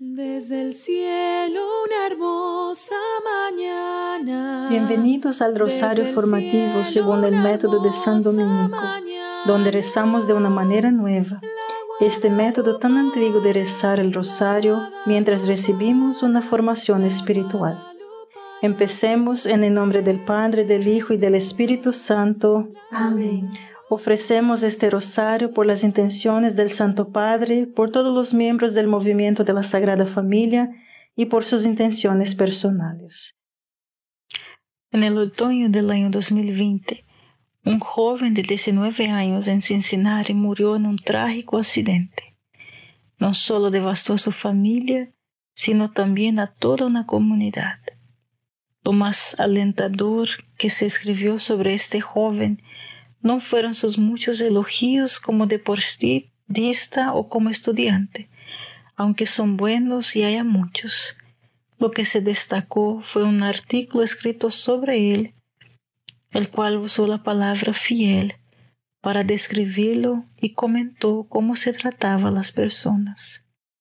Desde el cielo una hermosa mañana. Bienvenidos al Rosario Formativo según el método de San Domenico, donde rezamos de una manera nueva. Este método tan antiguo de rezar el Rosario mientras recibimos una formación espiritual. Empecemos en el nombre del Padre, del Hijo y del Espíritu Santo. Amén. Ofrecemos este rosario por las intenciones del Santo Padre, por todos los miembros del movimiento de la Sagrada Familia y por sus intenciones personales. En el otoño del año 2020, un joven de 19 años en Cincinnati murió en un trágico accidente. No solo devastó a su familia, sino también a toda una comunidad. Lo más alentador que se escribió sobre este joven no fueron sus muchos elogios como deportista o como estudiante, aunque son buenos y haya muchos. Lo que se destacó fue un artículo escrito sobre él, el cual usó la palabra fiel para describirlo y comentó cómo se trataba a las personas.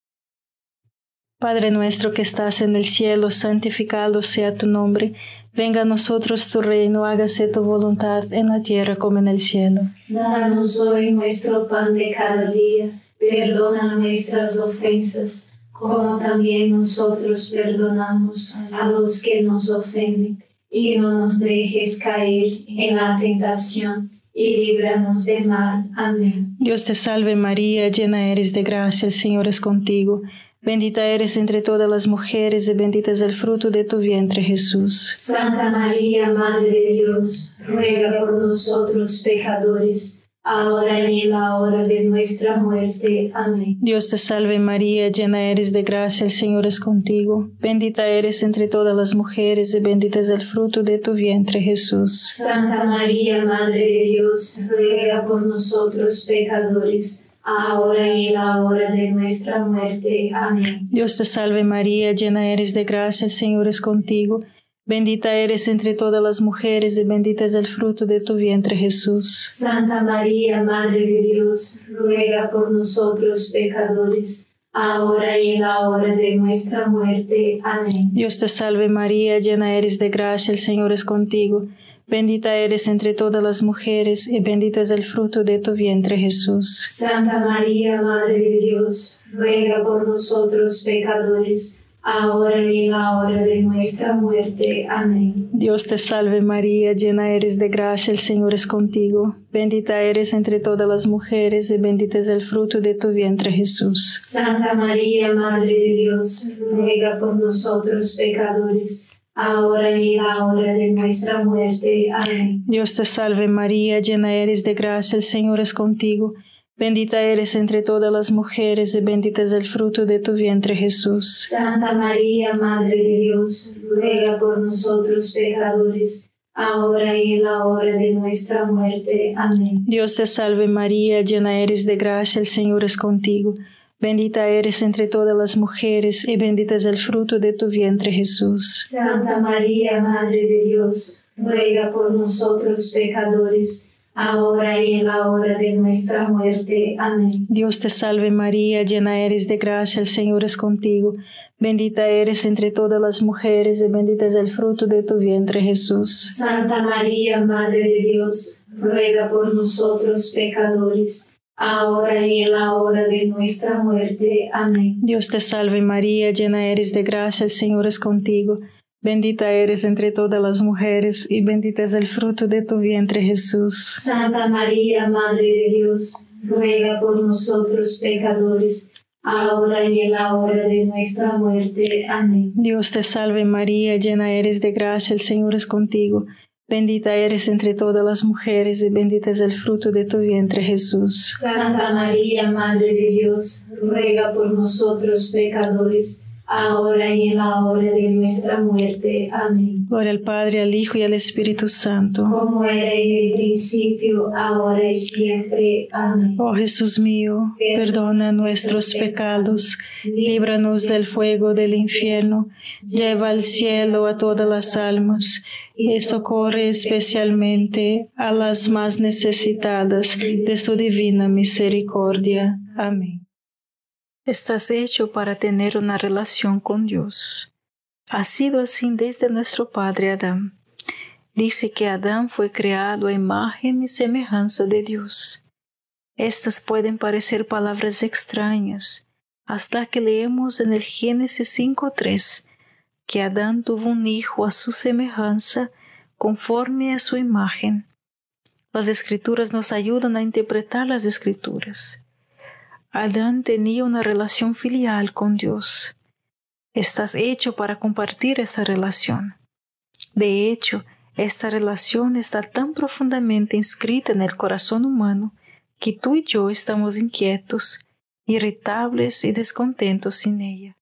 Padre nuestro que estás en el cielo, santificado sea tu nombre. Venga a nosotros tu reino, hágase tu voluntad en la tierra como en el cielo. Danos hoy nuestro pan de cada día. Perdona nuestras ofensas, como también nosotros perdonamos a los que nos ofenden. Y no nos dejes caer en la tentación, y líbranos del mal. Amén. Dios te salve María, llena eres de gracia, el Señor es contigo. Bendita eres entre todas las mujeres y bendito es el fruto de tu vientre, Jesús. Santa María, Madre de Dios, ruega por nosotros pecadores, ahora y en la hora de nuestra muerte. Amén. Dios te salve María, llena eres de gracia, el Señor es contigo. Bendita eres entre todas las mujeres y bendito es el fruto de tu vientre, Jesús. Santa María, Madre de Dios, ruega por nosotros pecadores, ahora y en la hora de nuestra muerte. Amén. Dios te salve María, llena eres de gracia, el Señor es contigo. Bendita eres entre todas las mujeres y bendito es el fruto de tu vientre, Jesús. Santa María, Madre de Dios, ruega por nosotros pecadores, ahora y en la hora de nuestra muerte. Amén. Dios te salve María, llena eres de gracia, el Señor es contigo. Bendita eres entre todas las mujeres y bendito es el fruto de tu vientre, Jesús. Santa María, Madre de Dios, ruega por nosotros pecadores, ahora y en la hora de nuestra muerte. Amén. Dios te salve María, llena eres de gracia, el Señor es contigo. Bendita eres entre todas las mujeres y bendito es el fruto de tu vientre, Jesús. Santa María, Madre de Dios, ruega por nosotros pecadores, ahora y en la hora de nuestra muerte. Amén. Dios te salve María, llena eres de gracia, el Señor es contigo. Bendita eres entre todas las mujeres y bendito es el fruto de tu vientre, Jesús. Santa María, Madre de Dios, ruega por nosotros pecadores, ahora y en la hora de nuestra muerte. Amén. Dios te salve María, llena eres de gracia, el Señor es contigo. Bendita eres entre todas las mujeres y bendito es el fruto de tu vientre, Jesús. Santa María, Madre de Dios, ruega por nosotros pecadores, ahora y en la hora de nuestra muerte. Amén. Dios te salve María, llena eres de gracia, el Señor es contigo. Bendita eres entre todas las mujeres y bendito es el fruto de tu vientre, Jesús. Santa María, Madre de Dios, ruega por nosotros pecadores, ahora y en la hora de nuestra muerte. Amén. Dios te salve María, llena eres de gracia, el Señor es contigo. Bendita eres entre todas las mujeres y bendito es el fruto de tu vientre, Jesús. Santa María, Madre de Dios, ruega por nosotros pecadores, ahora y en la hora de nuestra muerte. Amén. Dios te salve María, llena eres de gracia, el Señor es contigo. Bendita eres entre todas las mujeres y bendito es el fruto de tu vientre, Jesús. Santa María, Madre de Dios, ruega por nosotros pecadores, ahora y en la hora de nuestra muerte. Amén. Gloria al Padre, al Hijo y al Espíritu Santo. Como era en el principio, ahora y siempre. Amén. Oh Jesús mío, perdona nuestros pecados, líbranos del fuego del infierno, lleva al cielo a todas las almas y socorre especialmente a las más necesitadas de su divina misericordia. Amén. Estás hecho para tener una relación con Dios. Ha sido así desde nuestro padre Adán. Dice que Adán fue creado a imagen y semejanza de Dios. Estas pueden parecer palabras extrañas, hasta que leemos en el Génesis 5:3 que Adán tuvo un hijo a su semejanza, conforme a su imagen. Las Escrituras nos ayudan a interpretar las Escrituras. Adán tenía una relación filial con Dios. Estás hecho para compartir esa relación. De hecho, esta relación está tan profundamente inscrita en el corazón humano que tú y yo estamos inquietos, irritables y descontentos sin ella.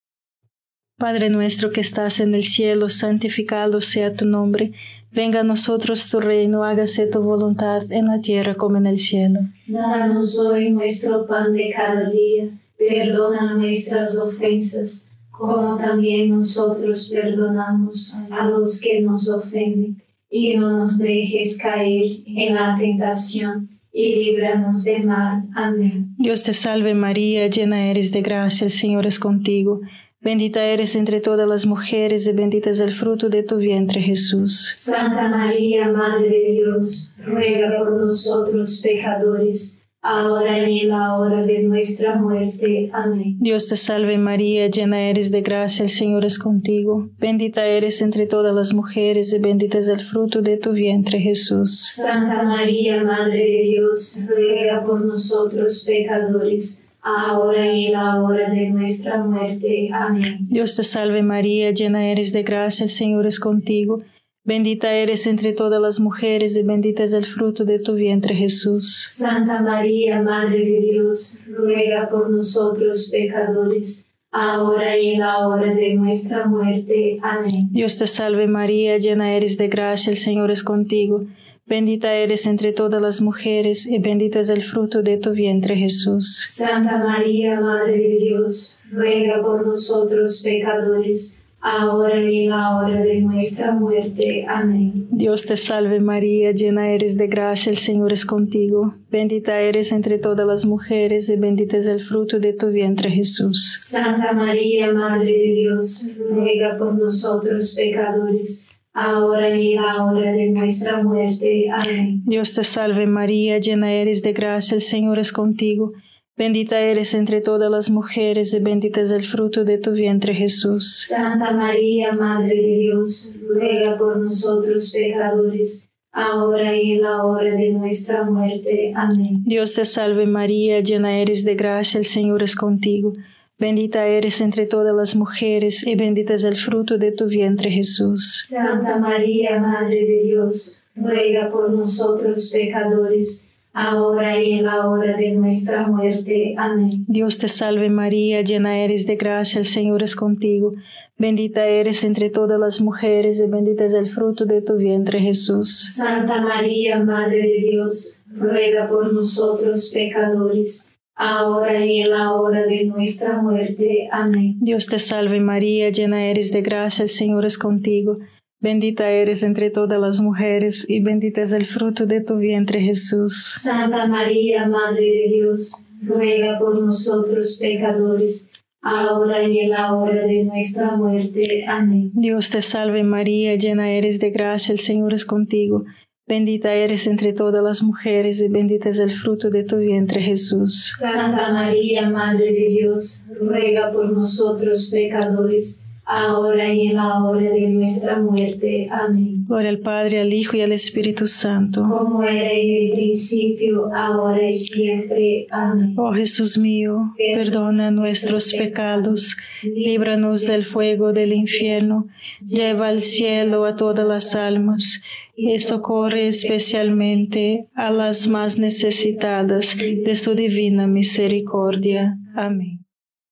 Padre nuestro que estás en el cielo, santificado sea tu nombre. Venga a nosotros tu reino, hágase tu voluntad en la tierra como en el cielo. Danos hoy nuestro pan de cada día. Perdona nuestras ofensas, como también nosotros perdonamos a los que nos ofenden. Y no nos dejes caer en la tentación, y líbranos del mal. Amén. Dios te salve María, llena eres de gracia, el Señor es contigo. Bendita eres entre todas las mujeres y bendito es el fruto de tu vientre, Jesús. Santa María, Madre de Dios, ruega por nosotros pecadores, ahora y en la hora de nuestra muerte. Amén. Dios te salve María, llena eres de gracia, el Señor es contigo. Bendita eres entre todas las mujeres y bendito es el fruto de tu vientre, Jesús. Santa María, Madre de Dios, ruega por nosotros pecadores, ahora y en la hora de nuestra muerte. Amén. Dios te salve María, llena eres de gracia, el Señor es contigo. Bendita eres entre todas las mujeres y bendito es el fruto de tu vientre, Jesús. Santa María, Madre de Dios, ruega por nosotros pecadores, ahora y en la hora de nuestra muerte. Amén. Dios te salve María, llena eres de gracia, el Señor es contigo. Bendita eres entre todas las mujeres y bendito es el fruto de tu vientre, Jesús. Santa María, Madre de Dios, ruega por nosotros pecadores, ahora y en la hora de nuestra muerte. Amén. Dios te salve María, llena eres de gracia, el Señor es contigo. Bendita eres entre todas las mujeres y bendito es el fruto de tu vientre, Jesús. Santa María, Madre de Dios, ruega por nosotros pecadores, ahora y en la hora de nuestra muerte. Amén. Dios te salve María, llena eres de gracia, el Señor es contigo. Bendita eres entre todas las mujeres y bendito es el fruto de tu vientre, Jesús. Santa María, Madre de Dios, ruega por nosotros pecadores, ahora y en la hora de nuestra muerte. Amén. Dios te salve María, llena eres de gracia, el Señor es contigo. Bendita eres entre todas las mujeres y bendito es el fruto de tu vientre, Jesús. Santa María, Madre de Dios, ruega por nosotros pecadores, ahora y en la hora de nuestra muerte. Amén. Dios te salve María, llena eres de gracia, el Señor es contigo. Bendita eres entre todas las mujeres y bendito es el fruto de tu vientre, Jesús. Santa María, Madre de Dios, ruega por nosotros pecadores, ahora y en la hora de nuestra muerte. Amén. Dios te salve María, llena eres de gracia, el Señor es contigo. Bendita eres entre todas las mujeres y bendito es el fruto de tu vientre, Jesús. Santa María, Madre de Dios, ruega por nosotros pecadores, ahora y en la hora de nuestra muerte. Amén. Dios te salve María, llena eres de gracia, el Señor es contigo. Bendita eres entre todas las mujeres y bendito es el fruto de tu vientre, Jesús. Santa María, Madre de Dios, ruega por nosotros pecadores, ahora y en la hora de nuestra muerte. Amén. Gloria al Padre, al Hijo y al Espíritu Santo. Como era en el principio, ahora y siempre. Amén. Oh Jesús mío, perdona nuestros pecados, líbranos del fuego del infierno, lleva al cielo a todas las almas y socorre especialmente a las más necesitadas de su divina misericordia. Amén.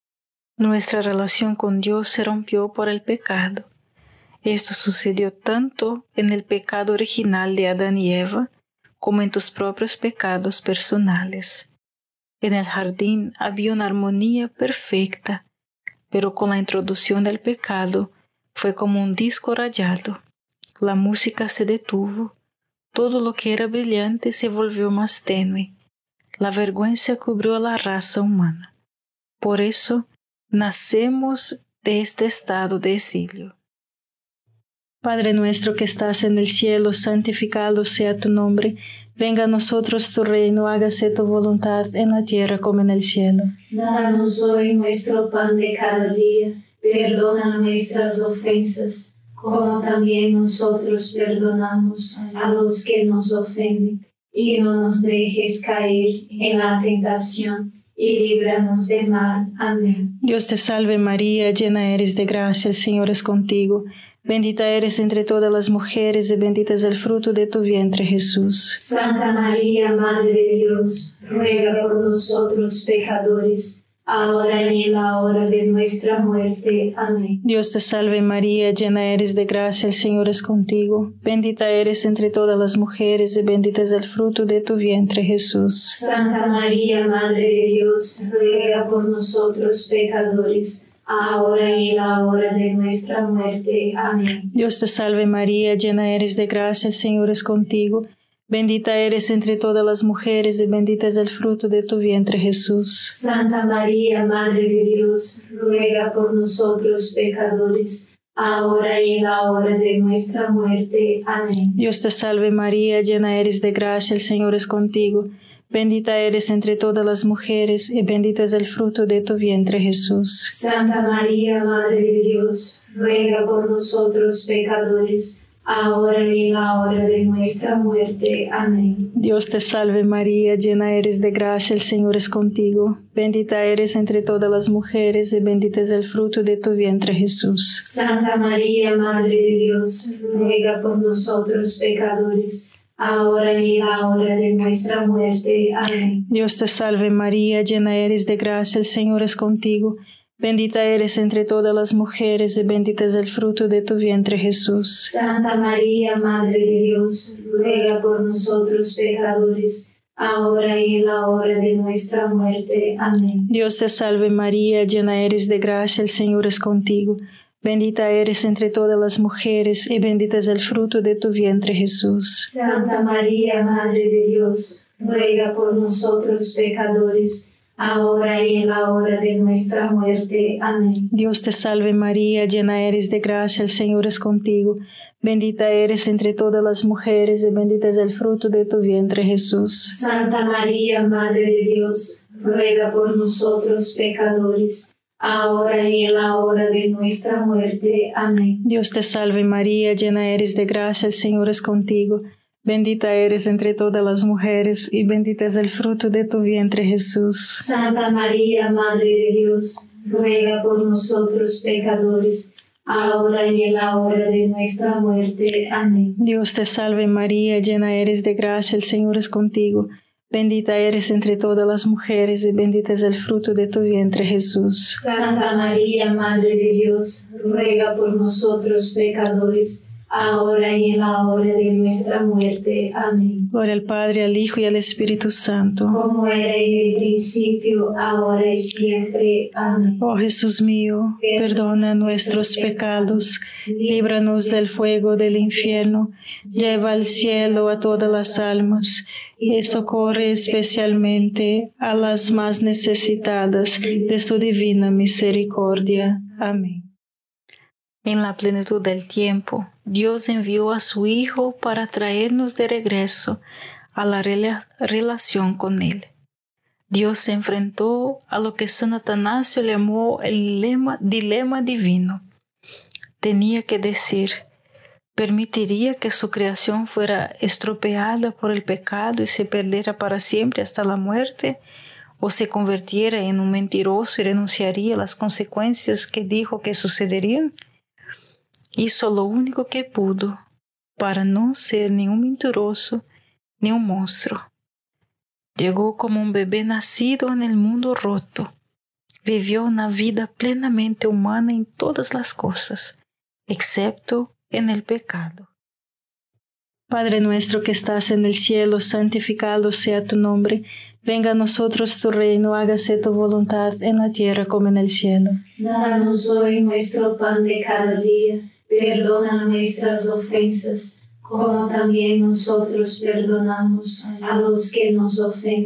Nuestra relación con Dios se rompió por el pecado. Esto sucedió tanto en el pecado original de Adán y Eva como en tus propios pecados personales. En el jardín había una armonía perfecta, pero con la introducción del pecado fue como un disco rayado. La música se detuvo, todo lo que era brillante se volvió más tenue. La vergüenza cubrió a la raza humana. Por eso, nacemos de este estado de exilio. Padre nuestro que estás en el cielo, santificado sea tu nombre. Venga a nosotros tu reino, hágase tu voluntad en la tierra como en el cielo. Danos hoy nuestro pan de cada día. Perdona nuestras ofensas, como también nosotros perdonamos a los que nos ofenden. Y no nos dejes caer en la tentación, y líbranos del mal. Amén. Dios te salve María, llena eres de gracia, el Señor es contigo. Bendita eres entre todas las mujeres y bendito es el fruto de tu vientre, Jesús. Santa María, Madre de Dios, ruega por nosotros pecadores, ahora y en la hora de nuestra muerte. Amén. Dios te salve María, llena eres de gracia, el Señor es contigo. Bendita eres entre todas las mujeres y bendito es el fruto de tu vientre, Jesús. Santa María, Madre de Dios, ruega por nosotros pecadores, ahora y en la hora de nuestra muerte. Amén. Dios te salve María, llena eres de gracia, el Señor es contigo. Bendita eres entre todas las mujeres y bendito es el fruto de tu vientre, Jesús. Santa María, Madre de Dios, ruega por nosotros pecadores, ahora y en la hora de nuestra muerte. Amén. Dios te salve María, llena eres de gracia, el Señor es contigo. Bendita eres entre todas las mujeres y bendito es el fruto de tu vientre, Jesús. Santa María, Madre de Dios, ruega por nosotros pecadores, ahora y en la hora de nuestra muerte. Amén. Dios te salve María, llena eres de gracia, el Señor es contigo. Bendita eres entre todas las mujeres y bendito es el fruto de tu vientre, Jesús. Santa María, Madre de Dios, ruega por nosotros pecadores, ahora y en la hora de nuestra muerte. Amén. Dios te salve María, llena eres de gracia, el Señor es contigo. Bendita eres entre todas las mujeres y bendito es el fruto de tu vientre, Jesús. Santa María, Madre de Dios, ruega por nosotros pecadores, ahora y en la hora de nuestra muerte. Amén. Dios te salve María, llena eres de gracia, el Señor es contigo. Bendita eres entre todas las mujeres y bendito es el fruto de tu vientre, Jesús. Santa María, Madre de Dios, ruega por nosotros pecadores, ahora y en la hora de nuestra muerte. Amén. Dios te salve María, llena eres de gracia, el Señor es contigo. Bendita eres entre todas las mujeres y bendito es el fruto de tu vientre, Jesús. Santa María, Madre de Dios, ruega por nosotros pecadores, ahora y en la hora de nuestra muerte. Amén. Dios te salve María, llena eres de gracia, el Señor es contigo. Bendita eres entre todas las mujeres y bendito es el fruto de tu vientre, Jesús. Santa María, Madre de Dios, ruega por nosotros pecadores, ahora y en la hora de nuestra muerte. Amén. Dios te salve María, llena eres de gracia, el Señor es contigo. Bendita eres entre todas las mujeres y bendito es el fruto de tu vientre, Jesús. Santa María, Madre de Dios, ruega por nosotros pecadores, ahora y en la hora de nuestra muerte. Amén. Gloria al Padre, al Hijo y al Espíritu Santo. Como era en el principio, ahora y siempre. Amén. Oh Jesús mío, perdona nuestros pecados, líbranos del fuego del infierno, lleva al cielo a todas las almas y socorre especialmente a las más necesitadas de su divina misericordia. Amén. En la plenitud del tiempo, Dios envió a su Hijo para traernos de regreso a la relación con Él. Dios se enfrentó a lo que San Atanasio llamó el dilema divino. Tenía que decir, ¿permitiría que su creación fuera estropeada por el pecado y se perdiera para siempre hasta la muerte? ¿O se convirtiera en un mentiroso y renunciaría a las consecuencias que dijo que sucederían? Hizo lo único que pudo para no ser ni un mentiroso ni un monstruo. Llegó como un bebé nacido en el mundo roto. Vivió una vida plenamente humana en todas las cosas, excepto en el pecado. Padre nuestro que estás en el cielo, santificado sea tu nombre. Venga a nosotros tu reino, hágase tu voluntad en la tierra como en el cielo. Danos hoy nuestro pan de cada día. Perdona nuestras ofensas, como también nosotros perdonamos a los que nos ofenden.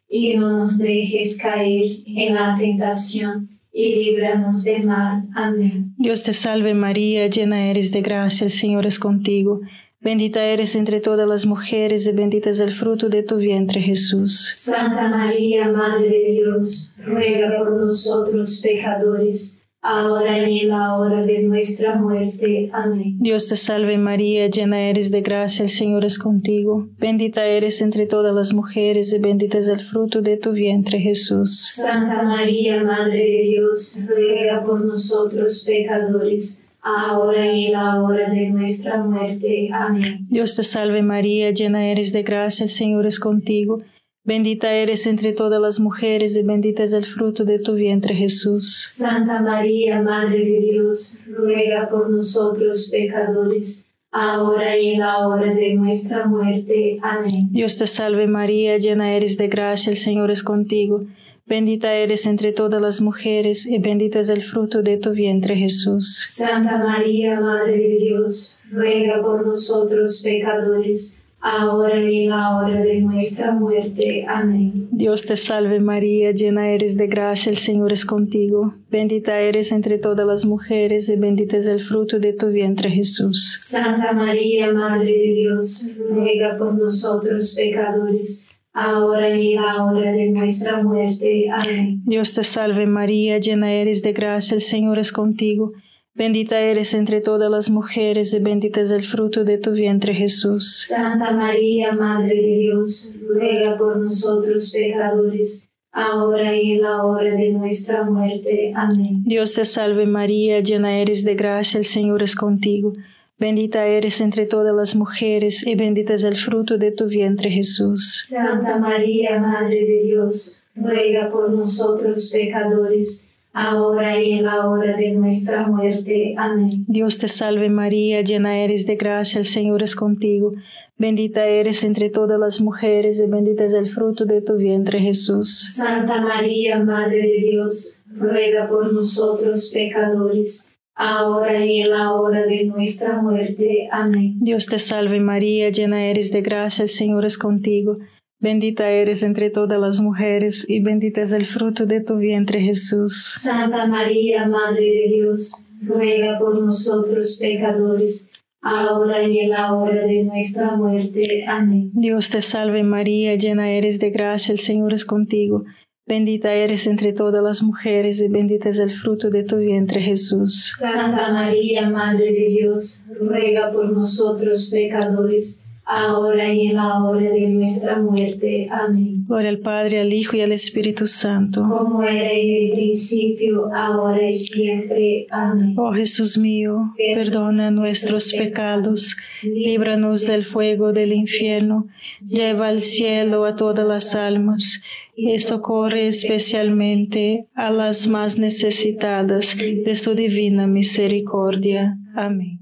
y no nos dejes caer en la tentación, y líbranos del mal. Amén. Dios te salve María, llena eres de gracia, el Señor es contigo. Bendita eres entre todas las mujeres y bendito es el fruto de tu vientre, Jesús. Santa María, Madre de Dios, ruega por nosotros pecadores, ahora y en la hora de nuestra muerte. Amén. Dios te salve María, llena eres de gracia, el Señor es contigo. Bendita eres entre todas las mujeres y bendito es el fruto de tu vientre, Jesús. Santa María, Madre de Dios, ruega por nosotros pecadores, ahora y en la hora de nuestra muerte. Amén. Dios te salve María, llena eres de gracia, el Señor es contigo. Bendita eres entre todas las mujeres y bendito es el fruto de tu vientre, Jesús. Santa María, Madre de Dios, ruega por nosotros pecadores, ahora y en la hora de nuestra muerte. Amén. Dios te salve María, llena eres de gracia, el Señor es contigo. Bendita eres entre todas las mujeres y bendito es el fruto de tu vientre, Jesús. Santa María, Madre de Dios, ruega por nosotros pecadores, ahora y en la hora de nuestra muerte. Amén. Dios te salve María, llena eres de gracia, el Señor es contigo. Bendita eres entre todas las mujeres y bendito es el fruto de tu vientre, Jesús. Santa María, Madre de Dios, ruega por nosotros pecadores, ahora y en la hora de nuestra muerte. Amén. Dios te salve María, llena eres de gracia, el Señor es contigo. Bendita eres entre todas las mujeres y bendito es el fruto de tu vientre, Jesús. Santa María, Madre de Dios, ruega por nosotros pecadores, ahora y en la hora de nuestra muerte. Amén. Dios te salve María, llena eres de gracia, el Señor es contigo. Bendita eres entre todas las mujeres y bendito es el fruto de tu vientre, Jesús. Santa María, Madre de Dios, ruega por nosotros pecadores, ahora y en la hora de nuestra muerte. Amén. Dios te salve María, llena eres de gracia, el Señor es contigo. Bendita eres entre todas las mujeres y bendito es el fruto de tu vientre, Jesús. Santa María, Madre de Dios, ruega por nosotros pecadores, ahora y en la hora de nuestra muerte. Amén. Dios te salve María, llena eres de gracia, el Señor es contigo. Bendita eres entre todas las mujeres y bendito es el fruto de tu vientre, Jesús. Santa María, Madre de Dios, ruega por nosotros pecadores, ahora y en la hora de nuestra muerte. Amén. Dios te salve María, llena eres de gracia, el Señor es contigo. Bendita eres entre todas las mujeres y bendito es el fruto de tu vientre, Jesús. Santa María, Madre de Dios, ruega por nosotros pecadores, ahora y en la hora de nuestra muerte. Amén. Gloria al Padre, al Hijo y al Espíritu Santo. Como era en el principio, ahora y siempre. Amén. Oh Jesús mío, perdona nuestros pecados, líbranos del fuego del infierno, lleva al cielo a todas las almas y socorre especialmente a las más necesitadas de su divina misericordia. Amén.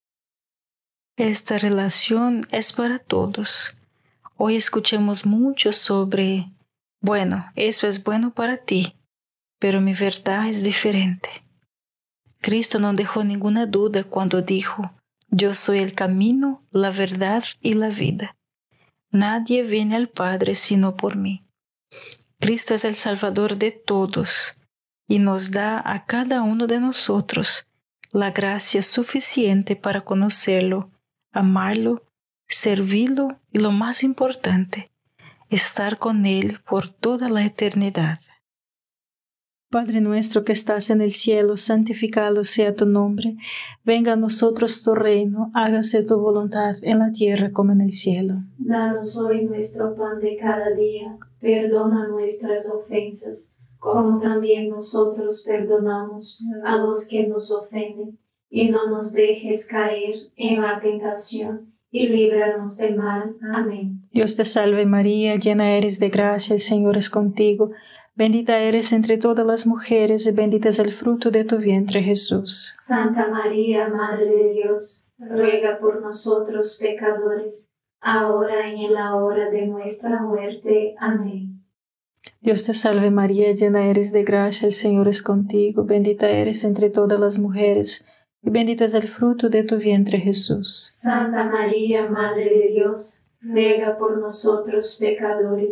Esta relación es para todos. Hoy escuchemos mucho sobre, bueno, eso es bueno para ti, pero mi verdad es diferente. Cristo no dejó ninguna duda cuando dijo, yo soy el camino, la verdad y la vida. Nadie viene al Padre sino por mí. Cristo es el Salvador de todos y nos da a cada uno de nosotros la gracia suficiente para conocerlo, amarlo, servirlo y lo más importante, estar con Él por toda la eternidad. Padre nuestro que estás en el cielo, santificado sea tu nombre. Venga a nosotros tu reino, hágase tu voluntad en la tierra como en el cielo. Danos hoy nuestro pan de cada día, perdona nuestras ofensas, como también nosotros perdonamos a los que nos ofenden. Y no nos dejes caer en la tentación, y líbranos del mal. Amén. Dios te salve María, llena eres de gracia, el Señor es contigo. Bendita eres entre todas las mujeres y bendito es el fruto de tu vientre, Jesús. Santa María, Madre de Dios, ruega por nosotros pecadores, ahora y en la hora de nuestra muerte. Amén. Dios te salve María, llena eres de gracia, el Señor es contigo. Bendita eres entre todas las mujeres y bendito es el fruto de tu vientre, Jesús. Santa María, Madre de Dios, ruega por nosotros pecadores,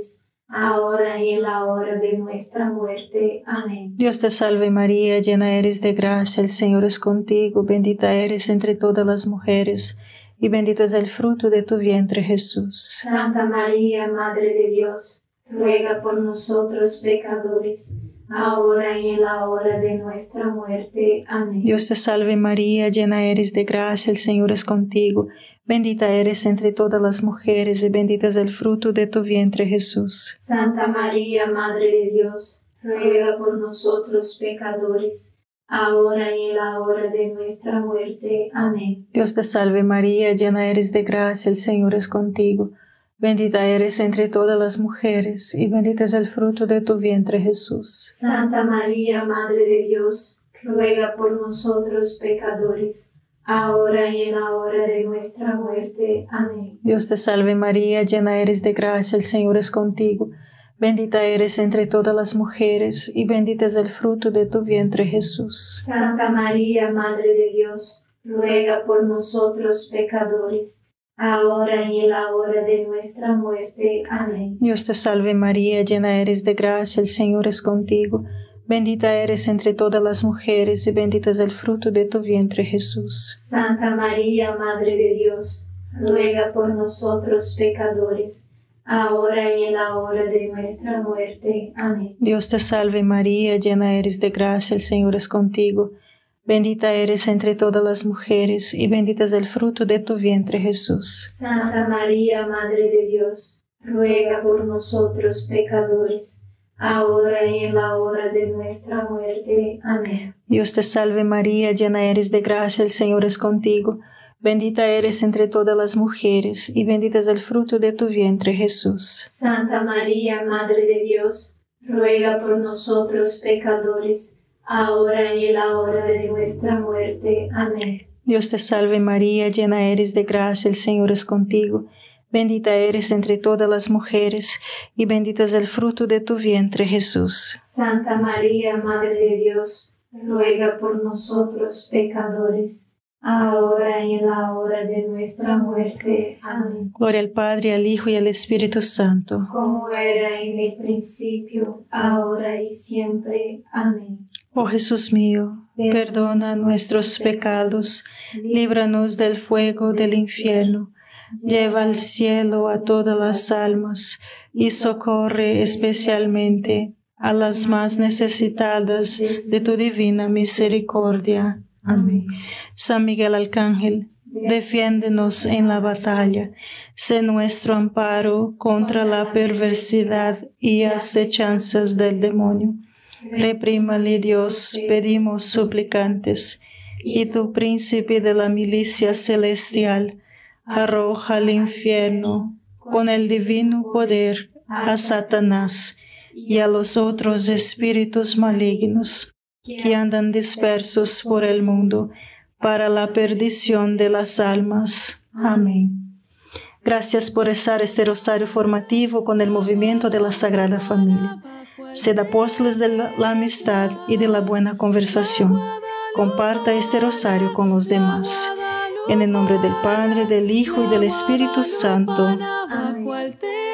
ahora y en la hora de nuestra muerte. Amén. Dios te salve María, llena eres de gracia, el Señor es contigo, bendita eres entre todas las mujeres, y bendito es el fruto de tu vientre Jesús. Santa María, Madre de Dios, ruega por nosotros pecadores, ahora y en la hora de nuestra muerte. Amén. Dios te salve María, llena eres de gracia, el Señor es contigo, bendita eres entre todas las mujeres, y bendito es el fruto de tu vientre Jesús. Santa María, Madre de Dios, ruega por nosotros pecadores, ahora y en la hora de nuestra muerte. Amén. Dios te salve María, llena eres de gracia, el Señor es contigo, bendita eres entre todas las mujeres, y bendito es el fruto de tu vientre Jesús. Santa María, Madre de Dios, ruega por nosotros pecadores, ahora y en la hora de nuestra muerte. Amén. Dios te salve María, llena eres de gracia, el Señor es contigo, bendita eres entre todas las mujeres, y bendito es el fruto de tu vientre Jesús. Santa María, Madre de Dios, ruega por nosotros pecadores, ahora y en la hora de nuestra muerte. Amén. Dios te salve María, llena eres de gracia, el Señor es contigo, bendita eres entre todas las mujeres, y bendito es el fruto de tu vientre Jesús. Santa María, Madre de Dios, ruega por nosotros pecadores, ahora y en la hora de nuestra muerte. Amén. Dios te salve María, llena eres de gracia, el Señor es contigo, bendita eres entre todas las mujeres, y bendito es el fruto de tu vientre Jesús. Santa María, Madre de Dios, ruega por nosotros pecadores, ahora y en la hora de nuestra muerte. Amén. Dios te salve María, llena eres de gracia, el Señor es contigo, bendita eres entre todas las mujeres, y bendito es el fruto de tu vientre Jesús. Santa María, Madre de Dios, ruega por nosotros pecadores, ahora y en la hora de nuestra muerte. Amén. Dios te salve María, llena eres de gracia, el Señor es contigo, bendita eres entre todas las mujeres, y bendito es el fruto de tu vientre Jesús. Santa María, Madre de Dios, ruega por nosotros pecadores, ahora y en la hora de nuestra muerte. Amén. Gloria al Padre, al Hijo y al Espíritu Santo. Como era en el principio, ahora y siempre. Amén. Oh Jesús mío, perdona nuestros pecados, líbranos del fuego del infierno, lleva al cielo a todas las almas y socorre especialmente a las más necesitadas de tu divina misericordia. Amén. San Miguel Arcángel, defiéndenos en la batalla, sé nuestro amparo contra la perversidad y acechanzas del demonio. Reprímale Dios, pedimos suplicantes, y tu príncipe de la milicia celestial, arroja al infierno con el divino poder a Satanás y a los otros espíritus malignos que andan dispersos por el mundo para la perdición de las almas. Amén. Gracias por rezar este rosario formativo con el movimiento de la Sagrada Familia. Sed apóstoles de la amistad y de la buena conversación. Comparta este rosario con los demás. En el nombre del Padre, del Hijo y del Espíritu Santo. Amén.